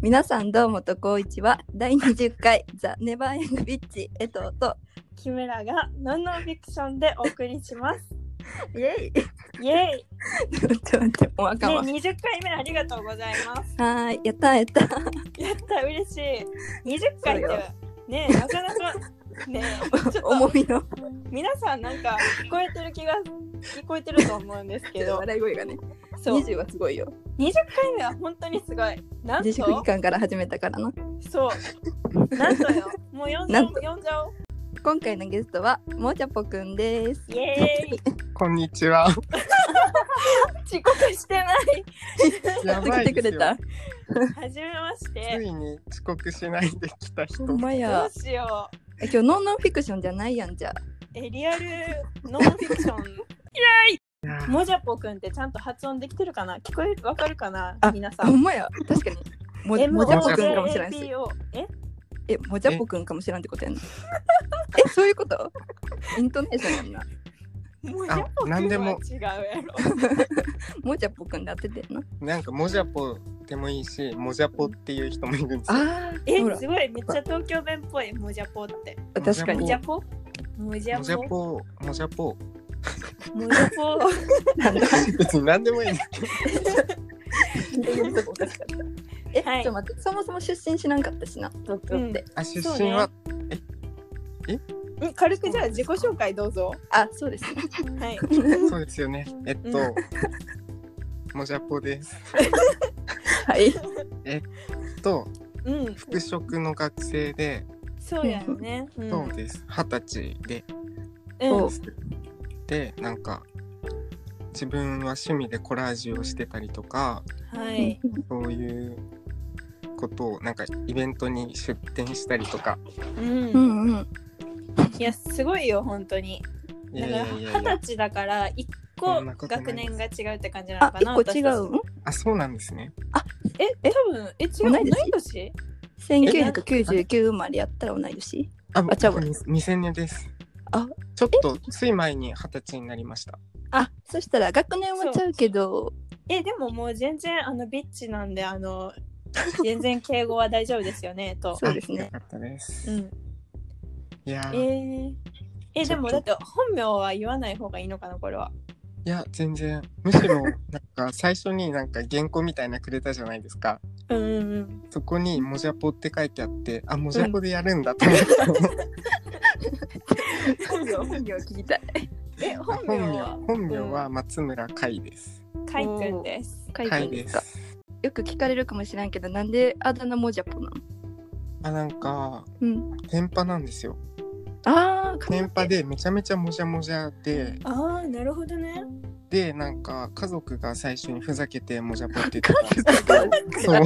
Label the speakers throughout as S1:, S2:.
S1: 皆さんどうもとこういちは第20回ザ・ネバーエンドビッチ江藤と
S2: 木村がノンノンフィクションでお送りします。
S1: イエイ
S2: イエ
S1: ちょっと待ってもうあかんわ、
S2: イ、ね、20回目ありがとうございます。
S1: はーいやった
S2: やった嬉しい。20回ってねなかなかねちょっと
S1: 重みの
S2: 皆さんなんか聞こえてると思うんですけど
S1: 笑い声がね
S2: そう
S1: 20はすごいよ。
S2: 20回目は本当にすごい。なんと
S1: 自粛期間から始めたからな。
S2: そうなんとよもう呼んじゃおう。
S1: 今回のゲストはもちゃぽくんです。
S2: イエーイ
S3: こんにちは。
S2: 遅刻してない
S3: やばいですよ。
S1: は
S2: 初めまし
S3: つ
S2: て。
S3: いに遅刻しないで来た人。
S1: ほんま
S2: ど
S1: や
S2: うしよう。
S1: 今日ノンノンフィクションじゃないやんじゃあ。
S2: リアルノンフィクション
S3: いや
S2: もじゃぽくんってちゃんと発音できてるかな、聞こえる、わかるかな
S1: あ
S2: 皆さん。
S1: ほんまや確かにもじゃぽくんかもしれんし
S2: MOJAPO
S1: もじゃぽくんかもしれんってことやんそういうことイントネーションやんな。
S2: もじゃぽくんは
S3: なんでも
S2: 違うやろ
S1: もじゃぽくんで当ててんの。
S3: なんかもじゃぽでもいいし、もじゃぽっていう人もいるんですよ。
S1: ほら
S2: すごいめっちゃ東京弁っぽい。もじゃぽって
S1: 確かに
S2: もじゃぽもじゃ
S3: もじゃ
S2: ぽ
S3: ぽ、もじゃぽ。
S2: もじゃぽ
S3: 別に何でもいいんです
S2: はい
S1: ちょっと待って、そもそも出身しなかったしな東京って、
S3: あ、出身は、
S2: 軽くじゃあ自己紹介どうぞ。
S1: あ、そうですね
S2: はい
S3: そうですよね。もじゃぽです。
S1: はい
S2: うん
S3: 服飾の学生で、
S2: そうやね、
S3: そうです。20歳で、
S2: うん
S3: で、なんか自分は趣味でコラージュをしてたりとか、
S2: はい
S3: そういうことをなんかイベントに出展したりとか。
S1: うん
S2: いやすごいよ本当に。
S3: い
S2: だから
S3: やいやいやいや
S2: 20歳だから1個
S3: そんなことない
S2: 学年が違うって感じなのかな。
S1: 1個違うの。
S3: あ、そうなんですね。
S2: 多分違う同い年。
S1: 1999生まれやったら同い年。
S3: あ、
S1: ちゃうわ
S3: 2000年です。
S1: あ、
S3: ちょっとつい前に20歳になりました。
S1: あ、そしたら学年はちゃうけど
S2: でももう全然ビッチなんで全然敬語は大丈夫ですよねと。
S1: そうですね。
S3: よかったです。
S2: うん。
S3: いや
S2: でもだって本名は言わない方がいいのかなこれは。
S3: いや全然むしろなんか最初になんか原稿みたいなくれたじゃないですか。そこにもじゃぽって書いてあって、あ、もじゃぽでやるんだと思って、
S1: 本名聞きたい。
S2: 本
S3: 名は松村海です。
S2: 海くんです。
S3: 海です。
S1: よく聞かれるかもしれんけど、なんであだ名もじゃぽなの？
S3: あ、なんか天パなんですよ。天パでめちゃめちゃもじゃもじゃで。
S2: ああ、なるほどね。
S3: で、なんか家族が最初にふざけてもじゃぽって言ってたんですけど、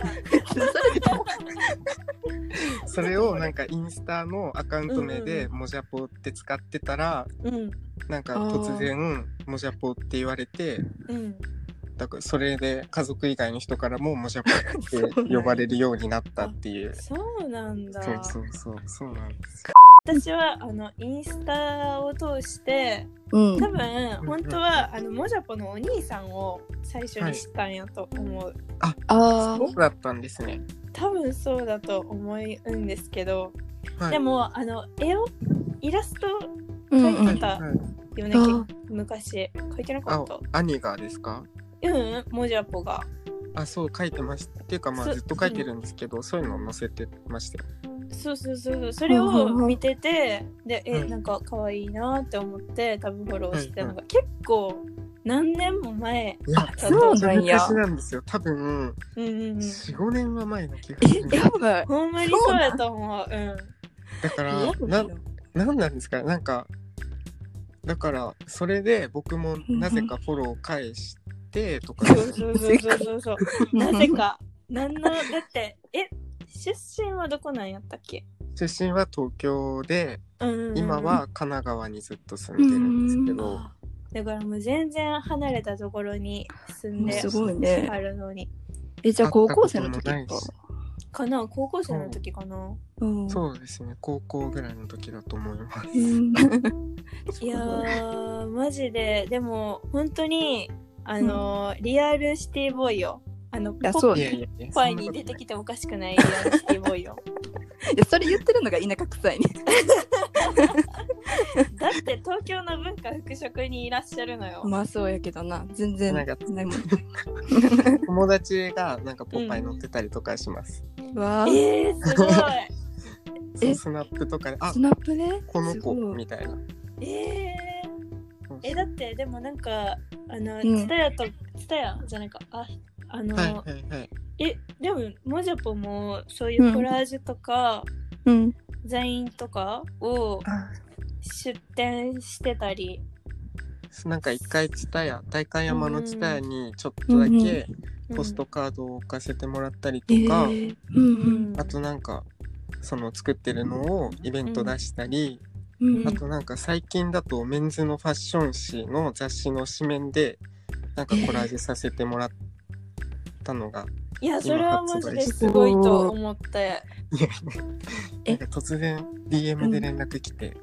S3: それをなんかインスタのアカウント名でもじゃぽって使ってたら、なんか突然もじゃぽって言われて、だからそれで家族以外の人からももじゃぽって呼ばれるようになったっていう。
S2: そうなんだ。
S3: そうなんです。
S2: 私はインスタを通して、多分本当はもじゃぽのお兄さんを最初に知ったんやと思う。
S3: そうだったんですね。
S2: 多分そうだと思うんですけど、でもイラスト描いてたよね、昔。描いてなかった？
S3: 兄がですか？
S2: もじゃぽが。
S3: あ、そう書いてました。っていうかずっと書いてるんですけど、そういうのを載せてましたよ。
S2: そうそれを見てて、でなんか可愛いなって思って多分フォローしてたのが結構何年も前。
S3: いや、
S1: そうなんや。
S3: 昔なんですよ。多分4、5年は前の気がする。
S1: やばい。
S2: ほんまにそうやと思う。
S3: だからなんなんですか、なんかだからそれで僕もなぜかフォロー返してとか。
S2: そうなぜかだって出身はどこなんやったっけ？
S3: 出身は東京で、今は神奈川にずっと住んでるんですけど、
S2: だからもう全然離れたところに住んであるのに。
S1: じゃあ高校生の時
S2: かな？高校生の時かな？
S3: そうですね、高校ぐらいの時だと思います。
S2: いやーマジででも本当にリアルシティボーイよ。 ポッパイに出てきてもおかしくないようなシティボーイよ。
S1: いやそれ言ってるのが田舎臭いね。
S2: だって東京の文化服飾にいらっしゃるのよ。
S1: まあそうやけどな、全然
S3: なんか
S1: ないもん。
S3: 友達がなんかポッパイ乗ってたりとかします。
S1: わ
S2: ー、すごい。
S3: そうスナップとかで、
S1: スナップね、
S3: この子みたいな。
S2: だってでもなんかツタヤじゃないか、でもモジャポもそういうコラージュとか、デザインとかを出展してたり、
S3: なんか一回代官山のツタヤにちょっとだけポストカードを置かせてもらったりとか、あとなんかその作ってるのをイベント出したり、あとなんか最近だとメンズのファッション誌の雑誌の紙面でなんかコラージュさせてもらったのが、
S2: いやそれはマジですごいと思って。
S3: なんか突然 DM で連絡来て、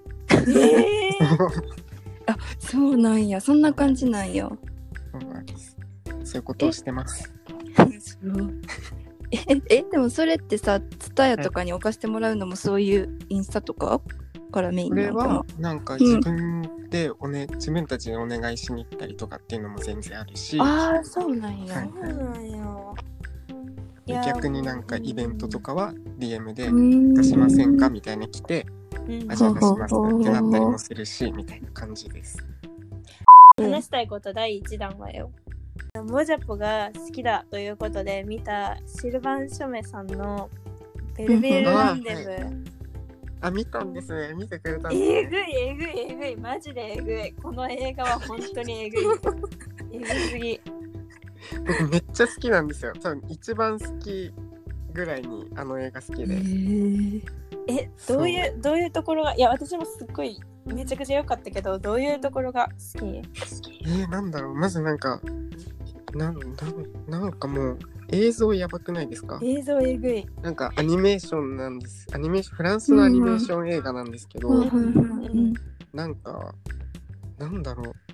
S1: あ、そうなんや、そんな感じなんや。
S3: そういうことをしてます。
S1: でもそれってさ、ツタヤとかに置かしてもらうのもそういうインスタとかからメインなのかな。
S3: これはなんか自分で自分たちでお願いしに行ったりとかっていうのも全然あるし。
S1: ああ、そうなんや。
S3: 逆になんかイベントとかは DM で出しませんかみたいな来て、じゃあ出しますってなったりもするしみたいな感じです。
S2: 話したいこと第1弾はよ、モジャポが好きだということで見たシルバン・ショメさんのベルベルランデブ、
S3: 見たんですね。見てくれたんです
S2: ね。えぐいマジでえぐい。この映画は本当にえぐい。えぐすぎ。
S3: 僕めっちゃ好きなんですよ。多分一番好きぐらいにあの映画好きで。
S2: どういうところが、いや私もすっごいめちゃくちゃ良かったけど、どういうところが好き？
S3: なんだろう、まずなんかなんかもう映像やばくないですか？
S2: 映像えぐい。
S3: なんかアニメーションなんです。フランスのアニメーション映画なんですけど、なんかなんだろ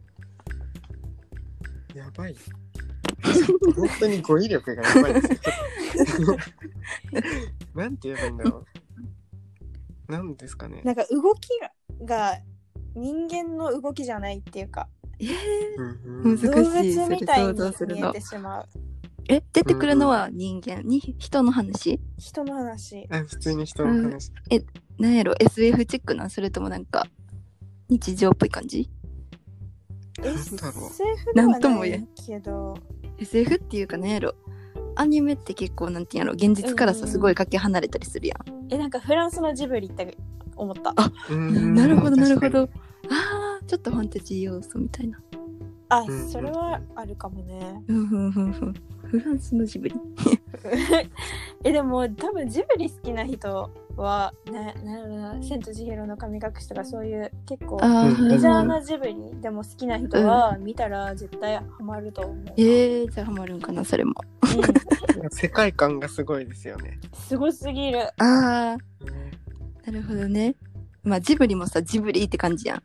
S3: う、やばい。本当に語彙力がやばいですよ。なんて言えばいいんだろう。なんですかね。
S2: なんか動きが人間の動きじゃないっていうか、
S1: 難しい。
S2: 動物みたいに見えてしまう。
S1: 出てくるのは人間に人の話？
S2: 人の話。
S3: 普通に人の話。
S1: なんやろ、 SF チックなん？それともなんか日常っぽい感じ
S2: ？SF ではないけど、
S1: SF っていうかなんやろ、アニメって結構なんてやろ、現実からさすごいかけ離れたりするやん。
S2: なんかフランスのジブリって思った。
S1: なるほどなるほど。ちょっとファンタジー要素みたいな。
S2: それはあるかもね。
S1: フランスのジブリ。
S2: でも多分ジブリ好きな人は千と千尋の神隠しとかそういう結構メジャーなジブリでも好きな人は見たら絶対ハマると思う。
S1: じゃあハマるんかなそれも。
S3: 世界観がすごいですよね。
S2: すごすぎる。
S1: なるほどね。まあジブリもさジブリって感じやん。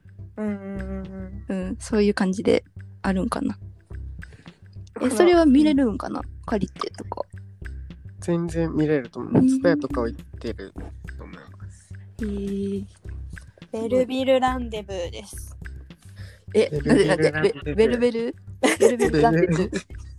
S1: そういう感じであるんかな。それは見れるんかな、借りてとか。
S3: 全然見れると思う。スタヤとかを行ってると思います。
S2: ベルビルランデブーです。
S1: ベルベルランデブー。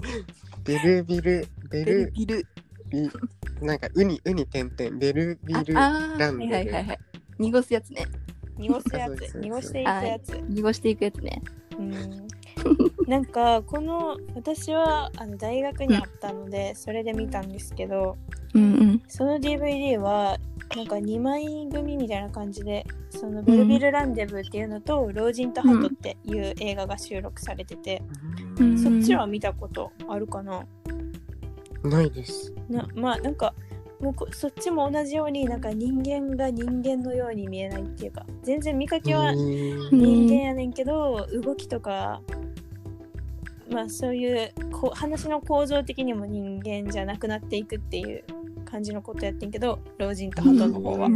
S1: ベルビル
S3: なんかウニ点々ベルビルランデブー。
S1: 濁すやつね。
S2: 濁していくやつね。なんか私は大学にあったのでそれで見たんですけど、その DVD はなんか2枚組みたいな感じで、そのベルビルランデブーっていうのと老人と鳩っていう映画が収録されてて、そっちは見たことあるかな？
S3: ないです。
S2: まあなんかもうそっちも同じようになんか人間が人間のように見えないっていうか、全然見かけは人間やねんけど動きとかまあそういう話の構造的にも人間じゃなくなっていくっていう感じのことやってんけど、老人と鳩の方は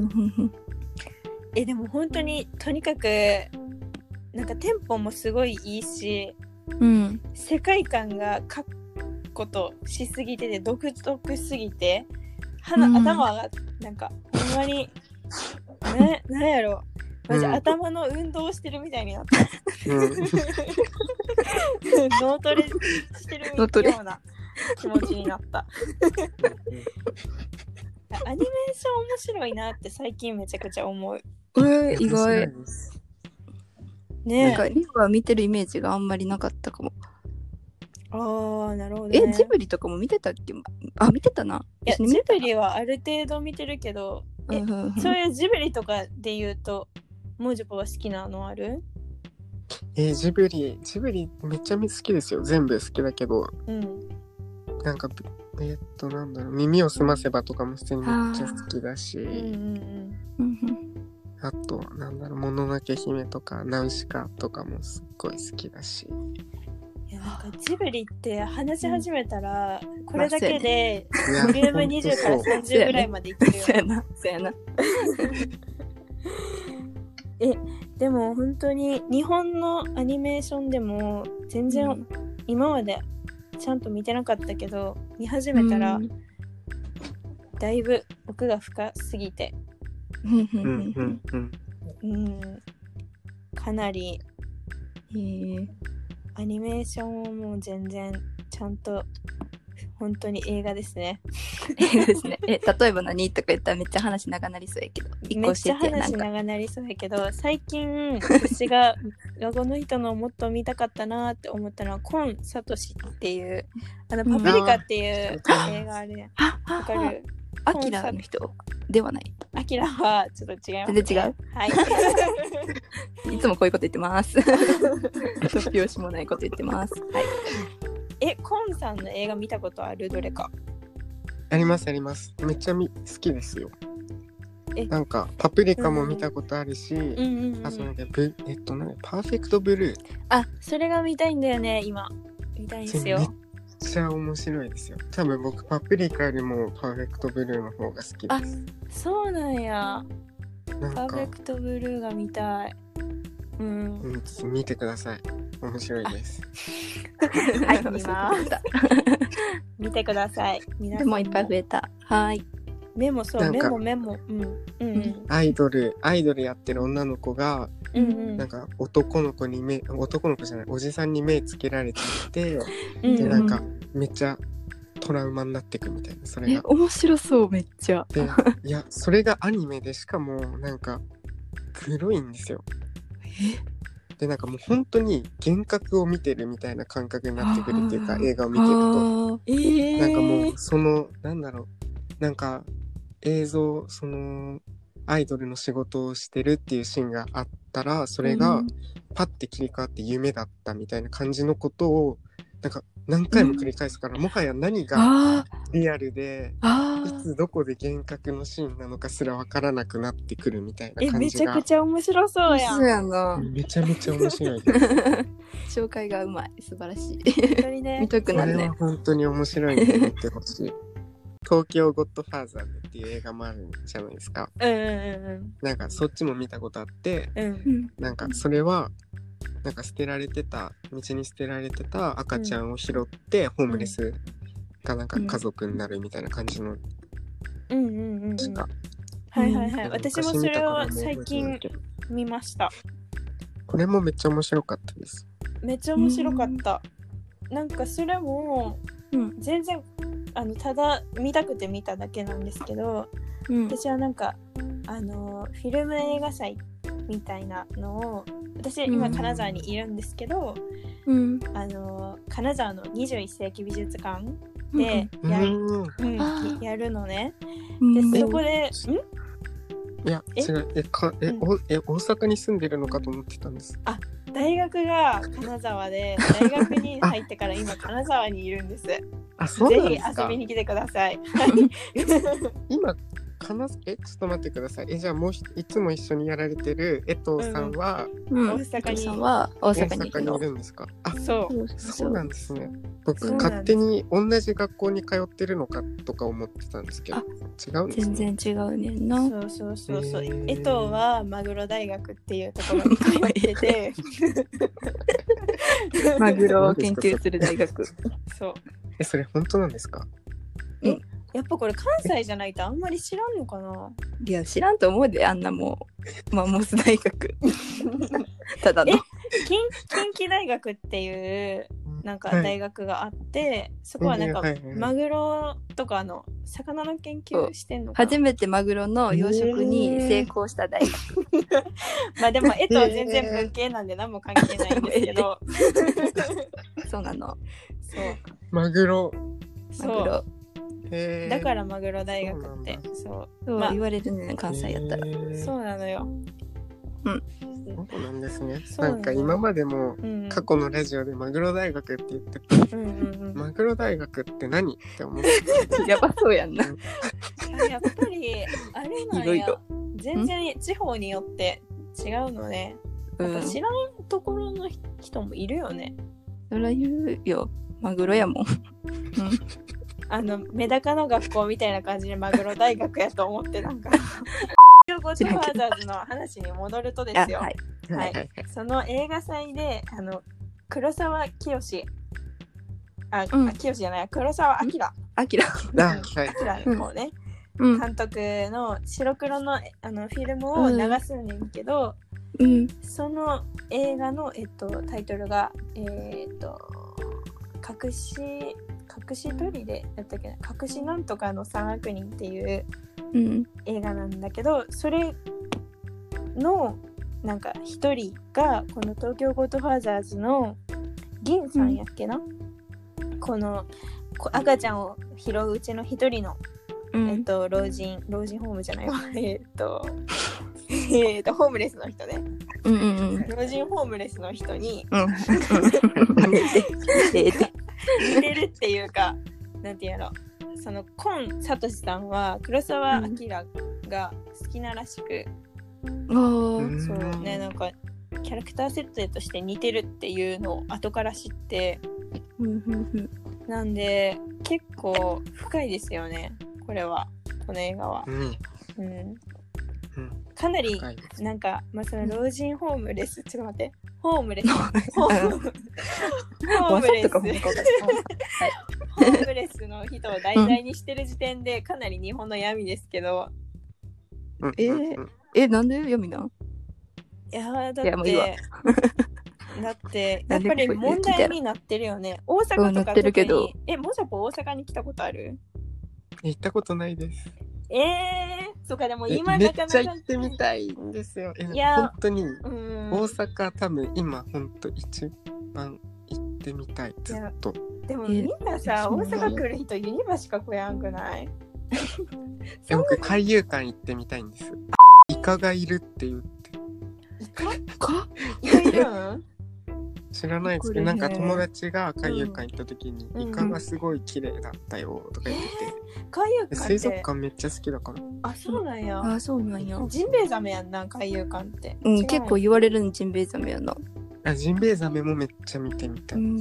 S2: でも本当にとにかくなんかテンポもすごいいいし、世界観がかっことしすぎてて独特すぎて頭がなんかほんまになんやろマジ頭の運動してるみたいになった、脳トレしてるような気持ちになったアニメーション面白いなって最近めちゃくちゃ思う。
S1: 意外ね。なんかリブは見てるイメージがあんまりなかったかも。
S2: ああ、なるほど、ね。
S1: ジブリとかも見てたっけ？見てたな。
S2: いや、ジブリはある程度見てるけど、そういうジブリとかで言うと、もじぽは好きなのある？
S3: ジブリめっちゃ好きですよ。全部好きだけど、なんかなんだろう、耳をすませばとかも普通にめっちゃ好きだし、あとなんだろう、もののけ姫とかナウシカとかもすっごい好きだし。
S2: いや、なんかジブリって話し始めたら、これだけでボリューム20から30ぐらいまでいけるよ。
S1: そうやな。
S2: でも本当に日本のアニメーションでも全然今までちゃんと見てなかったけど、見始めたらだいぶ奥が深すぎて、かなりアニメーションも全然ちゃんと本当に映画ですね。
S1: 映画ですね。例えば何とか言ったらめっちゃ話長なりそうやけど。
S2: めっちゃ話長なりそうやけど、最近私がこの人のもっと見たかったなって思ったのはコン・サトシっていうパプリカっていう映画あるやん。わかる？
S1: アキラの人ではない。
S2: アキラはちょっと違います、
S1: ね。全然違う。
S2: はい。
S1: いつもこういうこと言ってます。突拍子もないこと言ってます。はい。
S2: コンさんの映画見たことある？どれか。
S3: あります。めっちゃ好きですよ。なんかパプリカも見たことあるし、あとなんかパーフェクトブルー。
S2: それが見たいんだよね。今見たいんですよ。
S3: めっちゃ面白いですよ。多分僕パプリカよりもパーフェクトブルーの方が好きです。
S2: そうなんや。パーフェクトブルーが見たい。
S3: 見てください。面白いです。
S2: はい、見ます。見てください。
S1: でもいっぱい増えた。はい。
S2: メモ。メモ。
S3: アイドルやってる女の子が、なんか男の子じゃない、おじさんに目つけられていて、でなんかめっちゃトラウマになってくみたいな。それが
S1: 面白そうめっちゃ。
S3: で、いやそれがアニメで、しかもなんか黒いんですよ。でなんかもう本当に幻覚を見てるみたいな感覚になってくるっていうか、映画を見てると、なんかもうそのなんだろう、なんか映像、そのアイドルの仕事をしてるっていうシーンがあったら、それがパッて切り替わって夢だったみたいな感じのことをなんか何回も繰り返すから、もはや何がリアルでいつどこで幻覚のシーンなのかすら分からなくなってくるみたいな感じが。
S2: めちゃくちゃ面白そうやん。
S1: そうやな。
S3: めちゃめちゃ面白いです
S1: 紹介がうまい。素晴らしい。
S2: 本当にね、
S1: 見たくなるね。
S3: これは本当に面白いんで見てほしい。東京ゴッドファーザーっていう映画もあるじゃないですか。なんかそっちも見たことあって、なんかそれはなんか道に捨てられてた赤ちゃんを拾って、ホームレスがなんか家族になるみたいな感じの。
S2: はいはいはい。私もそれを最近見ました。
S3: これもめっちゃ面白かったです。
S2: めっちゃ面白かった。なんかそれも全然ただ見たくて見ただけなんですけど、私はなんかフィルム映画祭みたいなのを、私今金沢にいるんですけど、金沢の21世紀美術館でやるのね。でそこで
S3: いや違う、大阪に住んでるのかと思ってたんです。
S2: 大学が金沢で、大学に入ってから今金沢にいるんです。
S3: そうなんですか。
S2: ぜひ遊びに来てください。
S3: 今ちょっと待ってください。じゃあもういつも一緒にやられてる江藤さんは、
S2: 大阪
S3: にいるんですか。そうなんですね。僕勝手に同じ学校に通ってるのかとか思ってたんですけど、違うんですね。
S1: 全然違うねんな。
S2: そう江藤はマグロ大学っていうところに通ってて
S1: マグロを研究する大学。
S2: そう
S3: それ本当なんですか？
S2: やっぱこれ関西じゃないとあんまり知らんのかな。
S1: いや知らんと思うで、あんなもうマンモス大学ただの
S2: 近畿大学っていうなんか大学があって、そこはなんかマグロとかの魚の研究してんのかな。
S1: 初めてマグロの養殖に成功した大学。
S2: まあでもとは全然文系なんで何も関係ないんですけど。
S1: そうなの。
S2: そう。
S3: マグロ。
S2: そう。だからマグロ大学って
S1: そう言われるね、関西やったら。
S2: そうなのよ。
S3: そうなんですね。なんか今までも過去のラジオでマグロ大学って言ってて、マグロ大学って何って思って
S1: やばそうやんな。
S2: やっぱりあれなんや、全然地方によって違うのね。なんか知らんところの人もいるよね。
S1: そら言うよ、マグロやもん。
S2: メダカの学校みたいな感じでマグロ大学やと思ってなんかゴッドファーザーズの話に戻るとですよ。はい。その映画祭で黒沢清清じゃない、黒沢明の方ね、監督の白黒のフィルムを流すんねんけど、その映画のタイトルが隠し砦やったっけな、隠しなんとかの三悪人っていう映画なんだけど、それのなんか一人がこの東京ゴッドファーザーズの銀さんやっけな、この赤ちゃんを拾ううちの一人の、老人ホームじゃないわホームレスの人ね、老人ホームレスの人に似てるっていうか、なんていうの、その今聡さんは黒澤明が好きならしく、そうね、なんかキャラクター設定として似てるっていうのを後から知って、なんで結構深いですよね、この映画は。かなりなんか、その老人ホームレス、ちょっと待って、ホームレスの人を題材にしてる時点でかなり日本の闇ですけど、
S1: なんで闇なん？
S2: いやだってやっぱり問題になってるよね。大阪とか特に。もじゃぽ大阪に来たことある？
S3: 行ったことないです。
S2: そうか、でも今
S3: めっちゃ行ってみたいんですよ。本当に大阪多分今本当一番行ってみたい、ずっと。
S2: でもみんなさ、大阪来る人ユニバしか来やんくない？
S3: 僕海遊館行ってみたいんです。イカがいるって言って。
S2: イカいるん？
S3: 知らないですけど、なんか友達が海遊館行った時に、イカがすごい綺麗だったよとか言ってて、
S2: 海遊館
S3: 水族館めっちゃ好きだから。
S2: そうなんや。
S1: そうなんや。
S2: ジンベエザメやんな、海遊館って。
S1: 結構言われるのジンベエザメやな。
S3: ジンベエザメもめっちゃ見てみたい。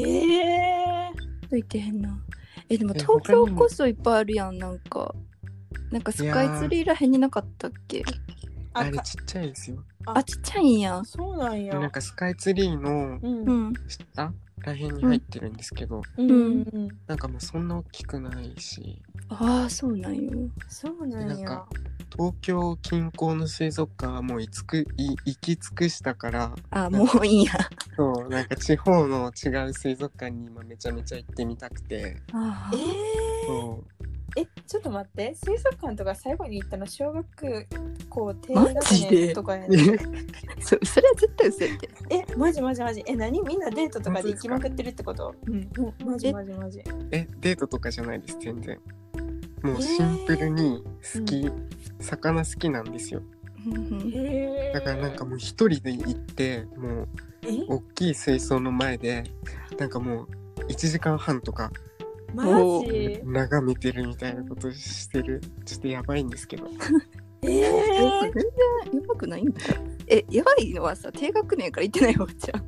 S1: いてへんな。でも東京こそいっぱいあるやん。なんかスカイツリーらへんになかったっけ？
S3: あれちっちゃいですよ。
S1: ちっちゃいんや。
S2: そうなんや。
S3: なんかスカイツリーの下らへんに入ってるんですけど、なんかもうそんな大きくないし。
S1: そうなんよ。
S2: そうなんや。
S3: なんか東京近郊の水族館はもう行き尽くしたから。
S1: もういいや。
S3: そう、なんか地方の違う水族館に今めちゃめちゃ行ってみたくて。
S2: そう。ちょっと待って、水族館とか最後に行ったの小学校低学年とかやね。
S1: それは絶対嘘やって。
S2: マジ何みんなデートとかで行きまくってるってこと？マジ。
S3: デートとかじゃないです、全然。もうシンプルに魚好きなんですよ。だからなんかもう一人で行ってもう大きい水槽の前でなんかもう1時間半とか眺めてるみたいなことしてる。ちょっとやばいんですけど。
S1: 全然やばくないんだ。やばいのはさ、低学年から行ってないわじゃん。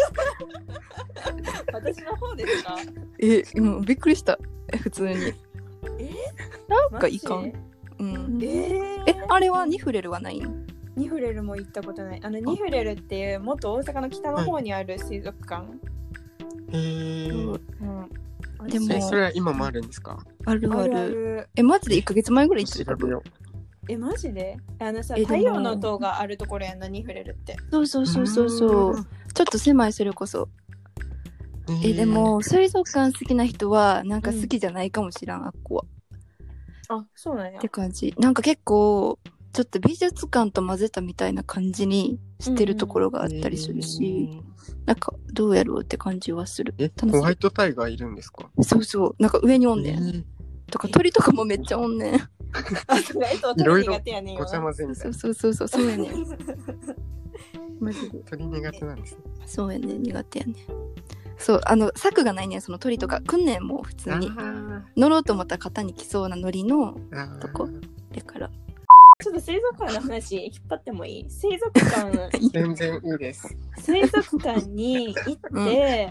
S2: 私の方ですか？
S1: 今びっくりした。普通に。なんかいかん。あれはニフレルはないの？
S2: ニフレルも行ったことない。ニフレルっていうもっと大阪の北の方にある水族館。
S1: でも
S3: それは今もあるんですか？
S1: あるある。マジで1ヶ月前ぐらい行ってたよ。
S2: マジでさ、太陽の塔があるところやな、ニフレルって。
S1: そうちょっと狭い、それこそ。でも水族館好きな人はなんか好きじゃないかもしらん、あっこは。
S2: あ、そうなんや。
S1: って感じ。なんか結構ちょっと美術館と混ぜたみたいな感じにしてるところがあったりするし、なんかどうやろうって感じはする。
S3: ホワイトタイガーいるんですか？
S1: そうなんか上におんねん。とか鳥とかもめっちゃおんねん。
S3: いろいろごちゃ混ぜみたいな。
S1: そうやねん。マジで。
S3: 鳥苦手なんですね。
S1: そうやねん、苦手やねん。そう、柵がないねん、その鳥とか。来んねん、もう普通に。乗ろうと思ったら肩に来そうなノリのとこ。だから。
S2: ちょっと水族館の話引っ張ってもいい？水族館
S3: 全然いいです。
S2: 水族館に行って、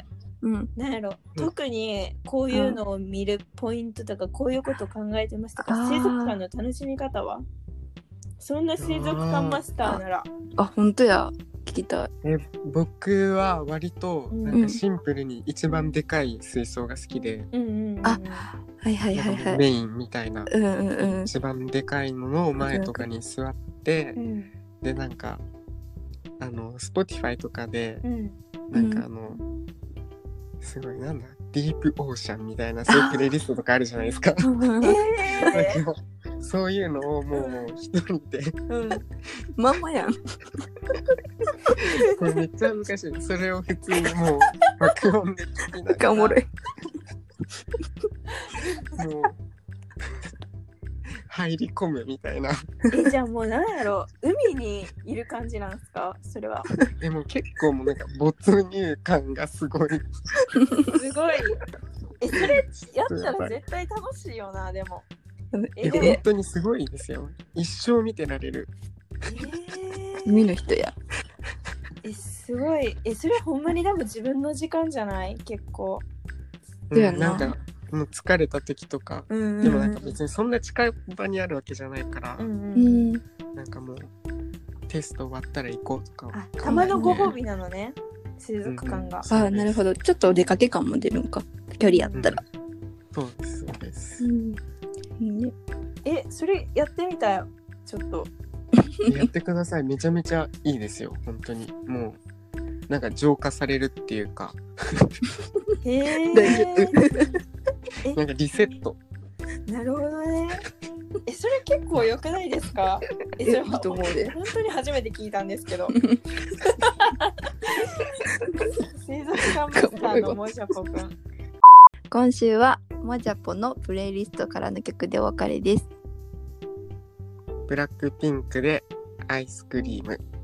S2: なんやろ、特にこういうのを見るポイントとか、こういうことを考えてますとか、水族館の楽しみ方は？そんな水族館マスターなら。
S1: 本当や。聞きたい。
S3: 僕は割となんかシンプルに一番でかい水槽が好きで、
S1: はい
S3: メインみたいな、一番でかいのの前とかに座って、でなんかSpotify とかで、なんかすごいなんだディープオーシャンみたいなそういうプレイリストとかあるじゃないですか。そういうのをもう一人で、
S1: まんまやん。
S3: これめっちゃ難しい。それを普通にもう爆音で聞きながら。
S1: おもろい。
S3: もう入り込むみたいな。
S2: じゃあもうなんやろ、海にいる感じなんですか？それは。
S3: でも結構もうなんか没入感がすごい。
S2: すごい。それやったら絶対楽しいよな。でも。
S3: 本当にすごいですよ。一生見てられる。
S1: 海の人や。
S2: すごい。それほんまに多分自分の時間じゃない？結構。
S3: なんかもう疲れた時とか、でもなんか別にそんな近い場にあるわけじゃないから、なんかもうテスト終わったら行こうとか。
S2: たまのご褒美なのね、水族館が。
S1: なるほど。ちょっとお出かけ感も出るんか。距離やったら。
S3: そうです。
S2: それやってみたよ。ちょっと。
S3: やってください。めちゃめちゃいいですよ。本当に。もうなんか浄化されるっていうか。なんかリセット。
S2: なるほどね。それ結構良くないですか？それは本当に初めて聞いたんですけど。水族館マスターのもじゃぽくん。
S1: 今週はもじゃぽのプレイリストからの曲でお別れです。
S3: ブラックピンクでアイスクリーム。